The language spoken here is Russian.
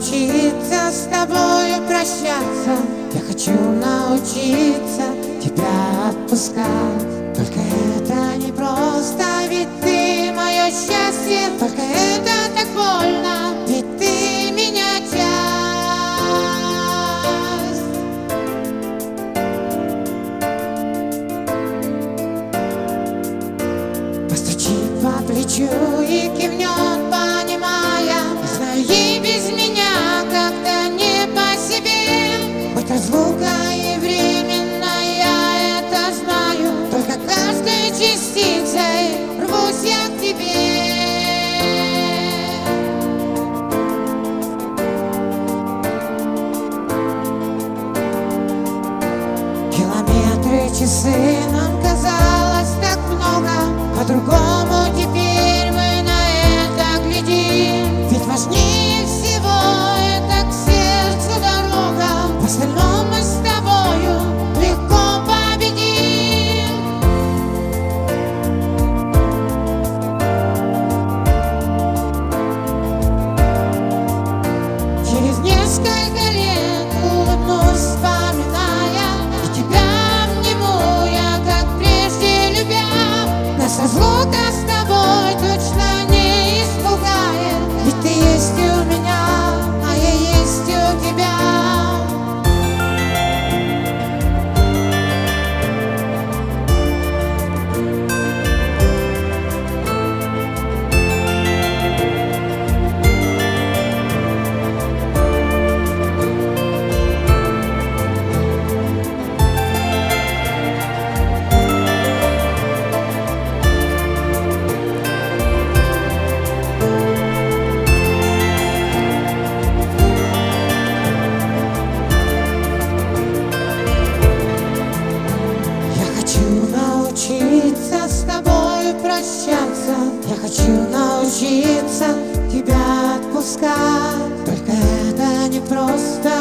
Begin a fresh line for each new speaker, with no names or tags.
научиться с тобою прощаться. Я хочу научиться тебя отпускать. Только это не просто, ведь ты мое счастье. Только это так больно, ведь ты меня часть. Постучи по плечу и кивнет, понимая: знаю, ей без меня как-то не по себе. Хоть разлука и временно, я это знаю. Только каждой частицей рвусь я к тебе. Километры, часы, нам казалось так много. По-другому теперь мы на это глядим. Ведь важнее всего это к сердцу дорога. В остальном мы с тобою легко победим. Через несколько лет улыбнусь, вспоминая, и тебя обниму я, как прежде любя. Нас разлука с тобой точно не испугает, ведь ты есть у меня, а я есть у тебя. Научиться с тобою прощаться. Я хочу научиться тебя отпускать. Только это не просто,